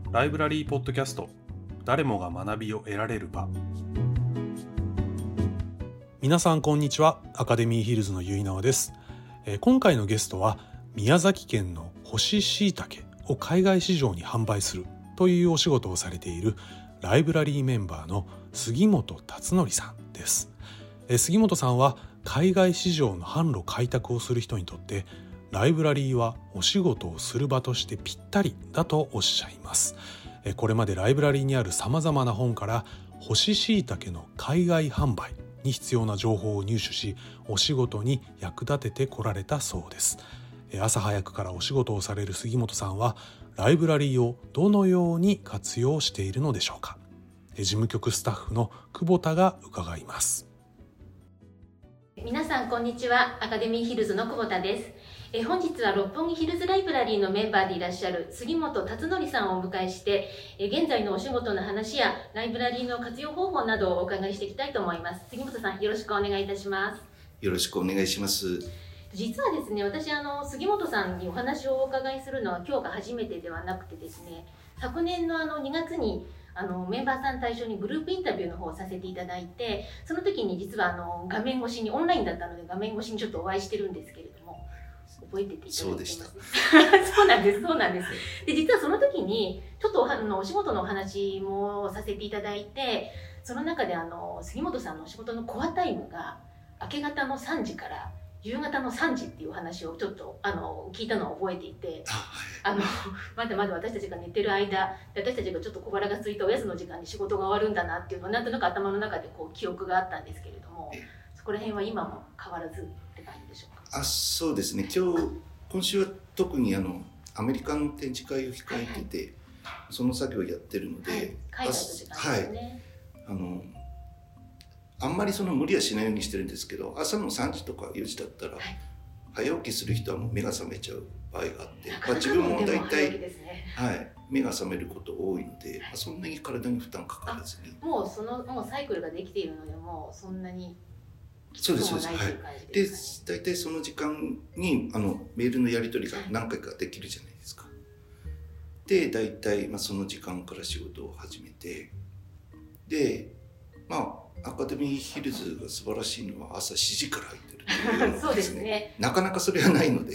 ライブラリーポッドキャスト、誰もが学びを得られる場。皆さんこんにちは。アカデミーヒルズの結直です。今回のゲストは宮崎県の干し椎茸を海外市場に販売するというお仕事をされているライブラリーメンバーの杉本達則さんです。杉本さんは海外市場の販路開拓をする人にとってライブラリーはお仕事をする場としてぴったりだとおっしゃいます。これまでライブラリーにあるさまざまな本から干し椎茸の海外販売に必要な情報を入手し、お仕事に役立ててこられたそうです。朝早くからお仕事をされる杉本さんはライブラリーをどのように活用しているのでしょうか。事務局スタッフの久保田が伺います。 皆さんこんにちは。アカデミーヒルズの久保田です。本日は六本木ヒルズライブラリーのメンバーでいらっしゃる杉本達則さんをお迎えして、現在のお仕事の話やライブラリーの活用方法などをお伺いしていきたいと思います。杉本さん、よろしくお願いいたします。 よろしくお願いします。 実はですね、私杉本さんにお話をお伺いするのは今日が初めてではなくてですね、昨年の2月にメンバーさん対象にグループインタビューの方をさせていただいて、その時に実は画面越しにオンラインだったので画面越しにちょっとお会いしてるんですけれども、覚えてていただいてます。そうなんです、そうなんです。で、実はその時にちょっとお仕事のお話もさせていただいて、その中で杉本さんのお仕事のコアタイムが明け方の3時から夕方の3時っていう話をちょっと聞いたのを覚えていて、まだまだ私たちが寝てる間、私たちがちょっと小腹が空いたおやつの時間に仕事が終わるんだなっていうのはなんとなく頭の中で記憶があったんですけれども、そこら辺は今も変わらずって感じでしょうか。 そうですね。今週は特にアメリカの展示会を控えてて、その作業をやってるので、 海外の時間ですね。 あんまり無理はしないようにしてるんですけど、朝の3時とか4時だったら、早起きする人はもう目が覚めちゃう場合があって、自分も大体、目が覚めること多いので、そんなに体に負担かからずに。 もうサイクルができているので、もうそんなにきつくもないという感じですかね。 で、大体その時間にメールのやり取りが何回かできるじゃないですか。で、大体その時間から仕事を始めて、で、アカデミーヒルズが素晴らしいのは朝7時から入ってるっていうそうですね。 なかなかそれはないので、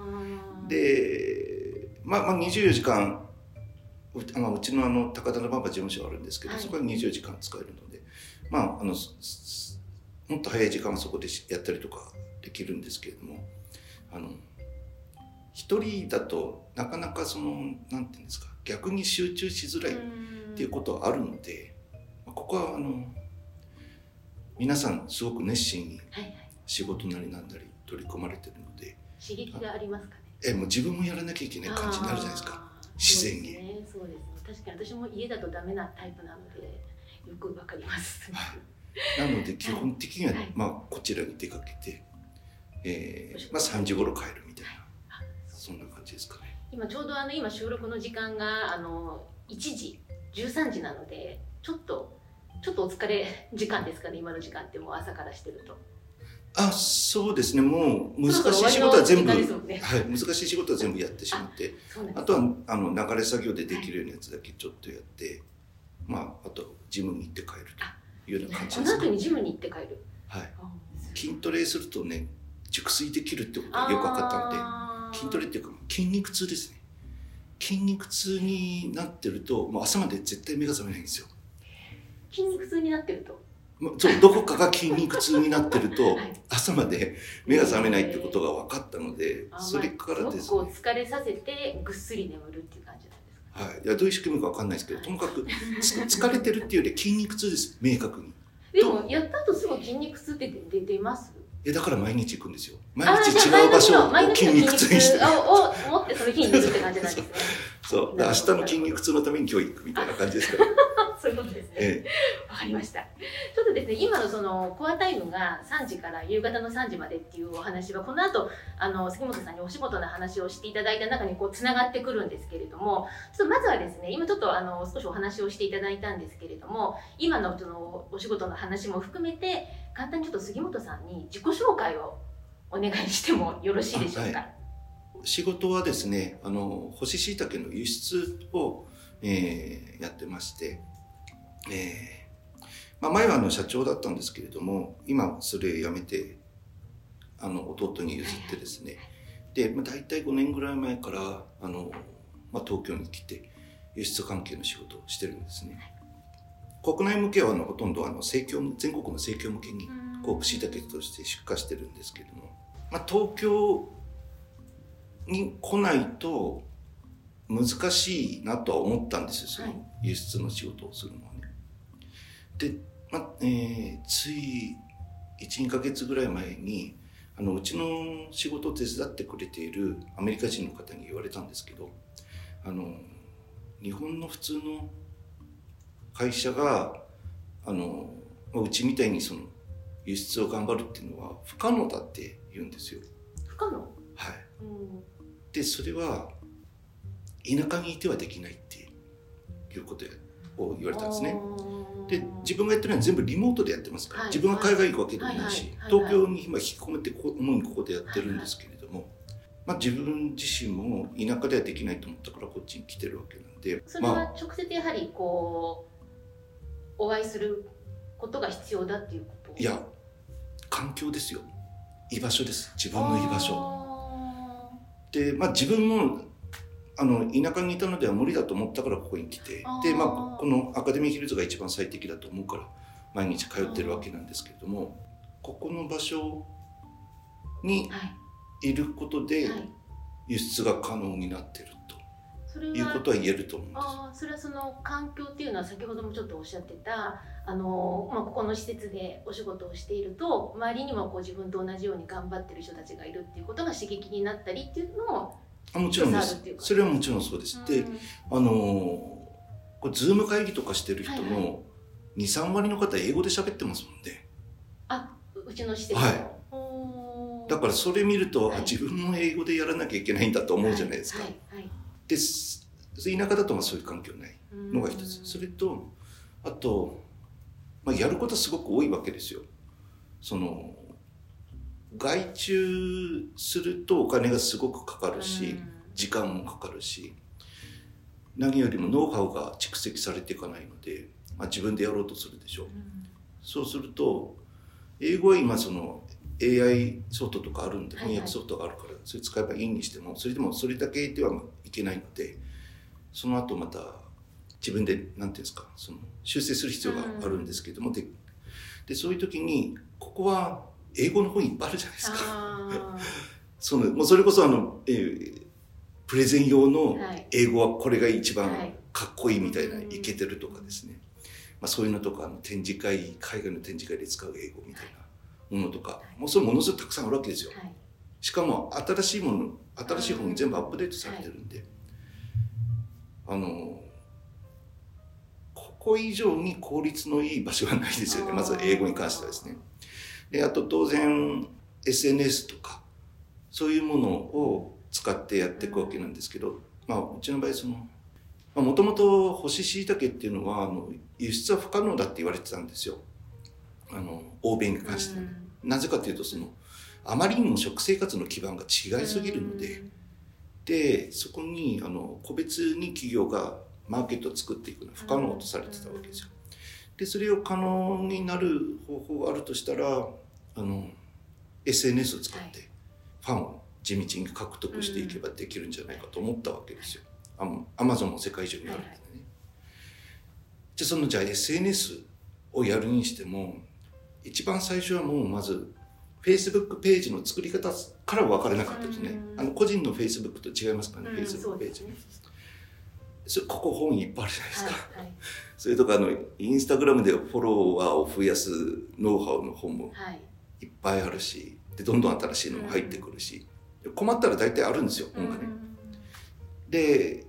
で、24時間うちの高田馬場事務所あるんですけど、そこは24時間使えるので、もっと早い時間はそこでやったりとかできるんですけれども、一人だとなかなかなんていうんですか、逆に集中しづらいっていうことはあるので、ここは皆さんすごく熱心に仕事なりなんなり取り組まれてるので、 刺激がありますかね。 もう自分もやらなきゃいけない感じになるじゃないですか、自然に。 そうですね。確かに私も家だとダメなタイプなのでよくわかります。 なので基本的にはこちらに出かけて、3時頃帰るみたいな、そんな感じですかね。 今ちょうど今収録の時間が1時13時なので、ちょっとお疲れ時間ですかね。今の時間ってもう朝からしてると。 そうですね。もう難しい仕事は全部、難しい仕事は全部やってしまって、あとは流れ作業でできるようなやつだけちょっとやって、あとジムに行って帰るというような感じですね。 この後にジムに行って帰る。 筋トレするとね、熟睡できるってことがよく分かったので、筋トレっていうか筋肉痛ですね。筋肉痛になってると、朝まで絶対目が覚めないんですよ。 筋肉痛になってると、 どこかが筋肉痛になってると朝まで目が覚めないってことが分かったので、それからですね、 疲れさせてぐっすり眠るっていう感じなんですか。 どういう仕組みか分かんないですけど、ともかく疲れてるっていうより筋肉痛です、明確に。 でもやった後すぐ筋肉痛って出ます？ だから毎日行くんですよ。毎日違う場所を筋肉痛にしてを持ってその日に寝るって感じなんですね。 そう、明日の筋肉痛のために今日行くみたいな感じですから。 そういうことですね。わかりました。ちょっとですね、今のコアタイムが3時から夕方の3時までっていうお話は、この後杉本さんにお仕事の話をしていただいた中につながってくるんですけれども、ちょっとまずはですね、今ちょっと少しお話をしていただいたんですけれども、今のお仕事の話も含めて簡単にちょっと杉本さんに自己紹介をお願いしてもよろしいでしょうか。 仕事はですね、干し椎茸の輸出をやってまして、前は社長だったんですけれども、今それを辞めて弟に譲ってですね、で、大体5年ぐらい前から東京に来て輸出関係の仕事をしてるんですね。国内向けはほとんど全国の生協向けに椎茸として出荷してるんですけども、東京に来ないと難しいなとは思ったんですよ、その輸出の仕事をするのはね。で、つい 1,2 ヶ月ぐらい前にうちの仕事を手伝ってくれているアメリカ人の方に言われたんですけど、日本の普通の会社がうちみたいにその輸出を頑張るっていうのは不可能だって言うんですよ。 不可能？ はい。でそれは田舎にいてはできないっていうことを言われたんですね。で自分がやってるのは全部リモートでやってますから、自分が海外行くわけでもないし、東京に今引き込めて主にここでやってるんですけれども、自分自身も田舎ではできないと思ったからこっちに来てるわけなんで、 それは直接やはりお会いすることが必要だっていうこと？ いや、環境ですよ。居場所です。自分の居場所で、自分も田舎にいたのでは無理だと思ったからここに来て、で、このアカデミーヒルズが一番最適だと思うから毎日通ってるわけなんですけれども、ここの場所にいることで輸出が可能になってるということは言えると思うんです。 それはその環境っていうのは先ほどもちょっとおっしゃってたここの施設でお仕事をしていると周りにも自分と同じように頑張ってる人たちがいるっていうことが刺激になったりっていうのももちろんです。それはもちろんそうです。で、これズーム会議とかしてる人の 2,3 割の方英語で喋ってますもんね。 うちの施設の。だからそれ見ると、自分も英語でやらなきゃいけないんだと思うじゃないですか。で、田舎だとそういう環境ないのが一つ。それと、あと、やることはすごく多いわけですよ。外注するとお金がすごくかかるし、時間もかかるし、何よりもノウハウが蓄積されていかないので、自分でやろうとするでしょう。そうすると英語は今AI ソフトとかあるんで、翻訳ソフトがあるからそれ使えばいいにしても、それでもそれだけではいけないので、その後また自分でなんていうんですか、修正する必要があるんですけども、でそういう時にここは英語の本いっぱいあるじゃないですか。もうそれこそプレゼン用の英語はこれが一番かっこいいみたいな、イケてるとかですね、そういうのとか海外の展示会で使う英語みたいなものとか、もうそれものすごくたくさんあるわけですよ。しかも新しい本に全部アップデートされてるんで、ここ以上に効率のいい場所はないですよね、まず英語に関してはですね。で、あと当然 SNS とかそういうものを使ってやっていくわけなんですけど、うちの場合もともと干し椎茸っていうのは輸出は不可能だって言われてたんですよ、欧米に関しては。なぜかというとあまりにも食生活の基盤が違いすぎるので、でそこに個別に企業がマーケットを作っていくのは不可能とされてたわけですよ。でそれを可能になる方法があるとしたらSNS を使ってファンを地道に獲得していけばできるんじゃないかと思ったわけですよ。Amazon も世界中にあるんでね。じゃあ SNS をやるにしても一番最初はもうまず Facebook ページの作り方から分からなかったですね。個人の Facebook と違いますからね、Facebook ページ。ここ本いっぱいあるじゃないですか。それとかインスタグラムでフォロワーを増やすノウハウの本もいっぱいあるし、でどんどん新しいのも入ってくるし、困ったら大体あるんですよ、本がね。で、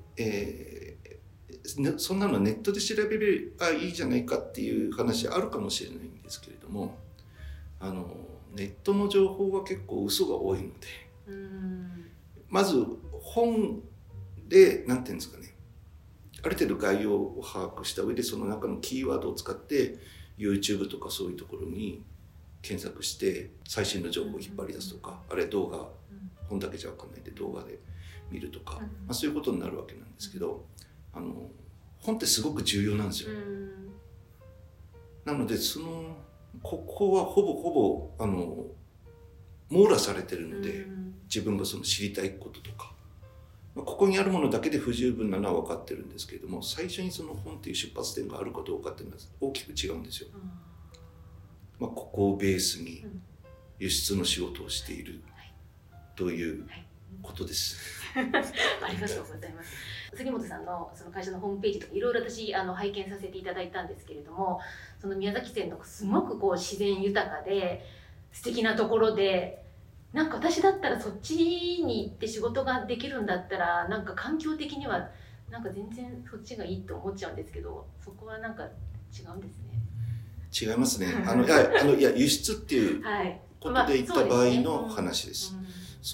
そんなのネットで調べればいいじゃないかっていう話あるかもしれないんですけれども、ネットの情報は結構嘘が多いので、まず本でなんていうんですかね、ある程度概要を把握した上でその中のキーワードを使って YouTube とかそういうところに検索して最新の情報を引っ張り出すとか、あれ動画、本だけじゃ分かんないで動画で見るとか、そういうことになるわけなんですけど、 本ってすごく重要なんですよ。なのでここはほぼ網羅されてるので、自分がその知りたいこととか、ここにあるものだけで不十分なのは分かってるんですけれども、最初にその本っていう出発点があるかどうかっていうのは大きく違うんですよ。ここをベースに輸出の仕事をしているということです。 ありがとうございます。杉本さんのその会社のホームページとかいろいろ私拝見させていただいたんですけれども、その宮崎線のすごくこう自然豊かで素敵なところで、なんか私だったらそっちに行って仕事ができるんだったら、なんか環境的にはなんか全然そっちがいいと思っちゃうんですけど、そこはなんか違うんですね。 違いますね。いや輸出っていうことで言った場合の話です。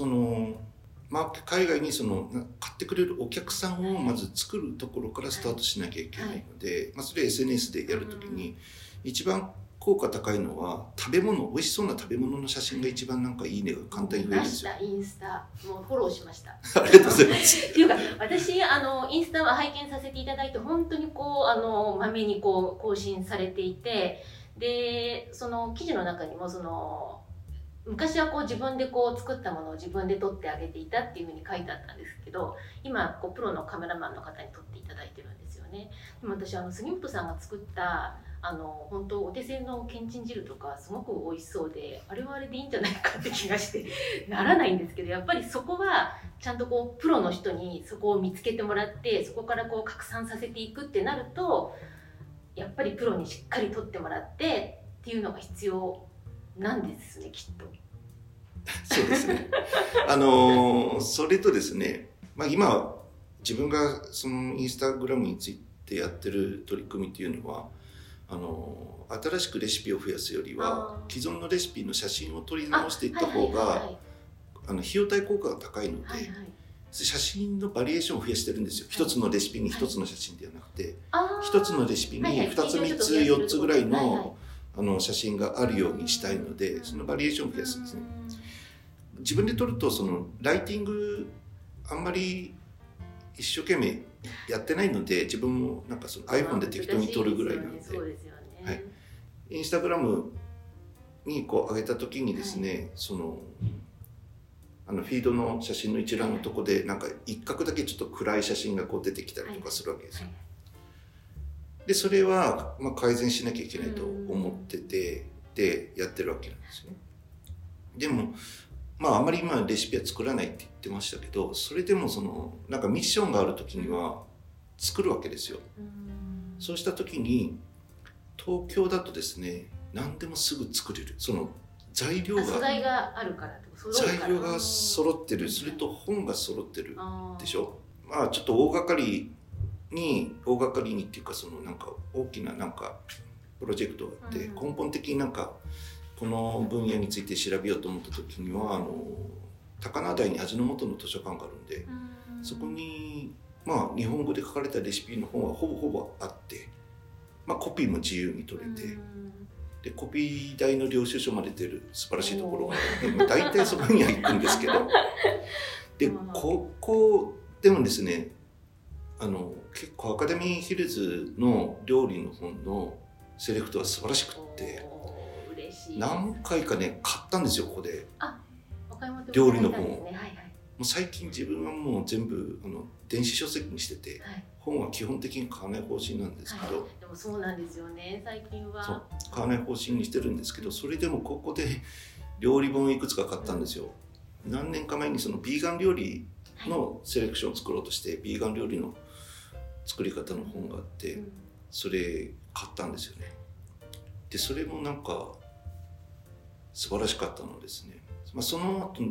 海外に買ってくれるお客さんをまず作るところからスタートしなきゃいけないので、それ SNS でやるときに一番効果高いのは美味しそうな食べ物の写真が一番なんかいいねが簡単に増えるんですよ。 インスタもうフォローしました。 ありがとうございます。 っていうか私インスタは拝見させていただいて、本当にこうまめにこう更新されていて、でその記事の中にも昔はこう自分でこう作ったものを自分で撮ってあげていたっていうふうに書いてあったんですけど、今こうプロのカメラマンの方に撮っていただいてるんですよね。でも私杉本さんが作った本当お手製のけんちん汁とかすごく美味しそうで、あれはあれでいいんじゃないかって気がしてならないんですけど、やっぱりそこはちゃんとこうプロの人にそこを見つけてもらって、そこからこう拡散させていくってなると、やっぱりプロにしっかり撮ってもらってっていうのが必要なんですね、きっと。 そうですね。それとですね、今自分がそのインスタグラムについてやってる取り組みっていうのは、新しくレシピを増やすよりは既存のレシピの写真を撮り直していった方が費用対効果が高いので、写真のバリエーションを増やしてるんですよ。一つのレシピに一つの写真ではなくて、一つのレシピに2つ3つ4つぐらいの写真があるようにしたいので、そのバリエーションを増やすんですね。自分で撮るとライティングあんまり一生懸命やってないので、自分もなんかiPhone で適当に撮るぐらいなので、インスタグラムにこう上げた時にですね、フィードの写真の一覧のとこでなんか一角だけちょっと暗い写真がこう出てきたりとかするわけですよ。でそれは改善しなきゃいけないと思ってて、でやってるわけなんですね。でもあまり今レシピは作らないって言ってましたけど、それでもなんかミッションがある時には作るわけですよ。そうした時に東京だとですね、何でもすぐ作れる、材料が素材があるから材料が揃ってる、それと本が揃ってるでしょ。ちょっと大掛かりにっていうか、なんか大きななんかプロジェクトがあって、根本的になんかこの分野について調べようと思った時には高輪台に味の素の図書館があるんで、そこに日本語で書かれたレシピの本はほぼあって、コピーも自由に取れて、でコピー代の領収書まで出る素晴らしいところがあるので、大体そこには行くんですけど、でここでもですね、結構アカデミーヒルズの料理の本のセレクトは素晴らしくって、何回かね買ったんですよ、ここで料理の本を。もう最近自分はもう全部電子書籍にしてて、本は基本的に買わない方針なんですけど、 でもそうなんですよね、最近は。 そう買わない方針にしてるんですけど、それでもここで料理本をいくつか買ったんですよ。何年か前にビーガン料理のセレクションを作ろうとして、ビーガン料理の作り方の本があって、それ買ったんですよね。でそれもなんか素晴らしかったのですね。その後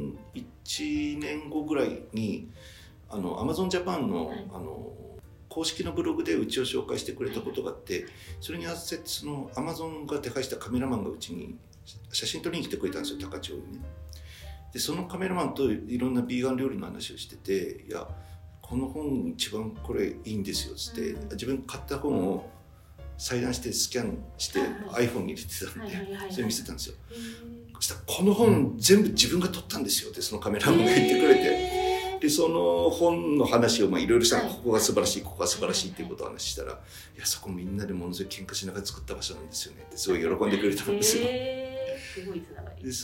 1年後ぐらいにAmazon Japan の、公式のブログでうちを紹介してくれたことがあって、それに合わせてAmazon が手配したカメラマンがうちに写真撮りに来てくれたんですよ、高千穂にね。でそのカメラマンといろんなビーガン料理の話をしてて、いやこの本一番これいいんですよっつって、自分買った本を裁断してスキャンして iPhone に入れてたんで、それ見せたんですよ。そしたらこの本全部自分が撮ったんですよってそのカメラマンが言ってくれて、 でその本の話をいろいろしたら、 はい、 ここが素晴らしい、ここが素晴らしいっていうことを話したら、いやそこみんなでものすごい喧嘩しながら作った場所なんですよねってすごい喜んでくれたんですよ。 すごいつながり。 で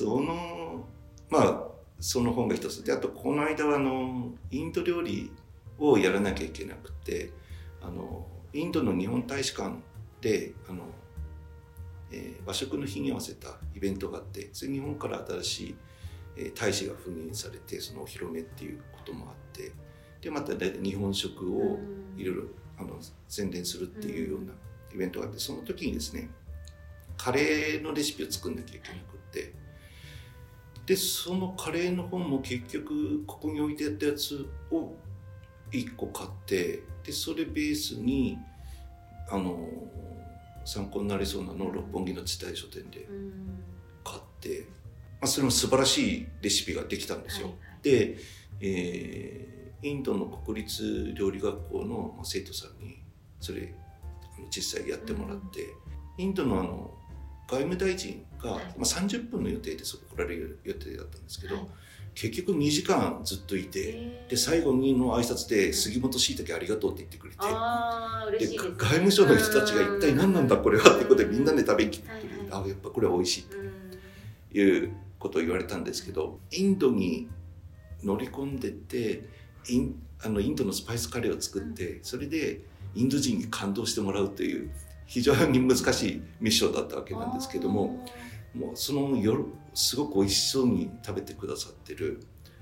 その本が一つで、あとこの間はインド料理をやらなきゃいけなくて、インドの日本大使館で和食の日に合わせたイベントがあって、それ日本から新しい大使が赴任されて、そのお披露目っていうこともあって、でまた日本食をいろいろ宣伝するっていうようなイベントがあって、その時にですねカレーのレシピを作んなきゃいけなくって、でそのカレーの本も結局ここに置いてあったやつを1個買って、でそれベースに参考になりそうなのを六本木の蔦屋書店で買って、それも素晴らしいレシピができたんですよ。で、インドの国立料理学校の生徒さんにそれ実際やってもらって、インドの外務大臣が、30分の予定でそこ来られる予定だったんですけど、結局2時間ずっといて、で最後の挨拶で杉本しいたけありがとうって言ってくれて、で外務省の人たちが一体何なんだこれはってことでみんなで食べに来てくれて、やっぱこれは美味しいということを言われたんですけど、インドに乗り込んでってインドのスパイスカレーを作って、それでインド人に感動してもらうという非常に難しいミッションだったわけなんですけども、もうその夜すごく美味しそうに食べてくださってる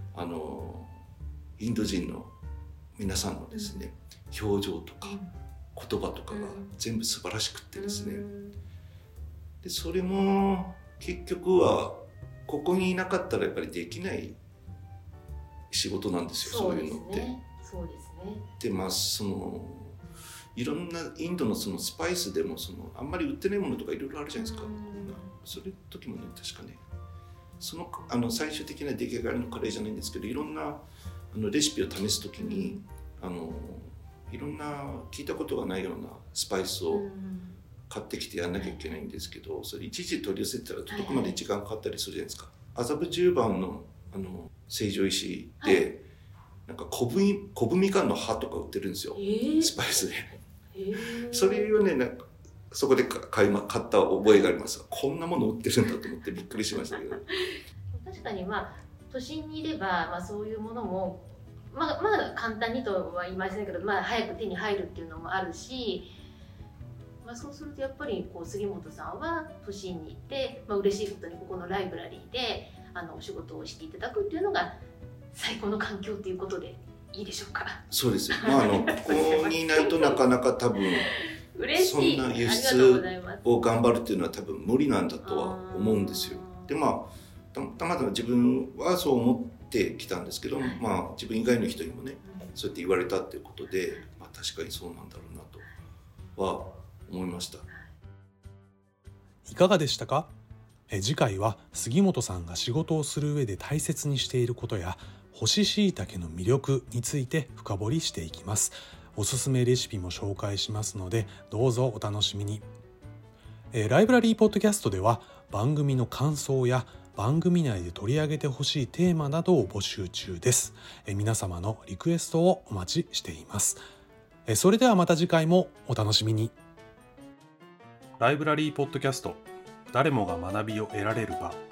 インド人の皆さんのですね、表情とか言葉とかが全部素晴らしくってですね、でそれも結局はここにいなかったらやっぱりできない仕事なんですよ、そういうのって。 そうですね。 でいろんなインドのそのスパイスでもあんまり売ってないものとかいろいろあるじゃないですか。それ時もね、確かね、最終的な出来上がりのカレーじゃないんですけど、いろんなレシピを試す時にいろんな聞いたことがないようなスパイスを買ってきてやんなきゃいけないんですけど、それいちいち取り寄せたら届くまで時間かかったりするじゃないですか。麻布十番の成城石で、なんか小ぶみかんの葉とか売ってるんですよ、スパイスで。それをね、なんかそこで買った覚えがあります。こんなもの売ってるんだと思ってびっくりしましたけど。 確かに都心にいれば、そういうものもまだ簡単にとは言いませんけど、早く手に入るっていうのもあるし、そうするとやっぱり杉本さんは都心に行って、嬉しいことにここのライブラリーでお仕事をしていただくっていうのが最高の環境っていうことでいいでしょうか。 そうです。ここにいないとなかなか多分そんな輸出を頑張るっていうのは多分無理なんだとは思うんですよ。でたまたま自分はそう思ってきたんですけど、自分以外の人にもね、そうやって言われたっていうことで、確かにそうなんだろうなとは思いました。 いかがでしたか？次回は杉本さんが仕事をする上で大切にしていることや干し椎茸の魅力について深掘りしていきます。おすすめレシピも紹介しますので、どうぞお楽しみに。ライブラリーポッドキャストでは番組の感想や番組内で取り上げてほしいテーマなどを募集中です。皆様のリクエストをお待ちしています。それではまた次回もお楽しみに。ライブラリーポッドキャスト、誰もが学びを得られる場。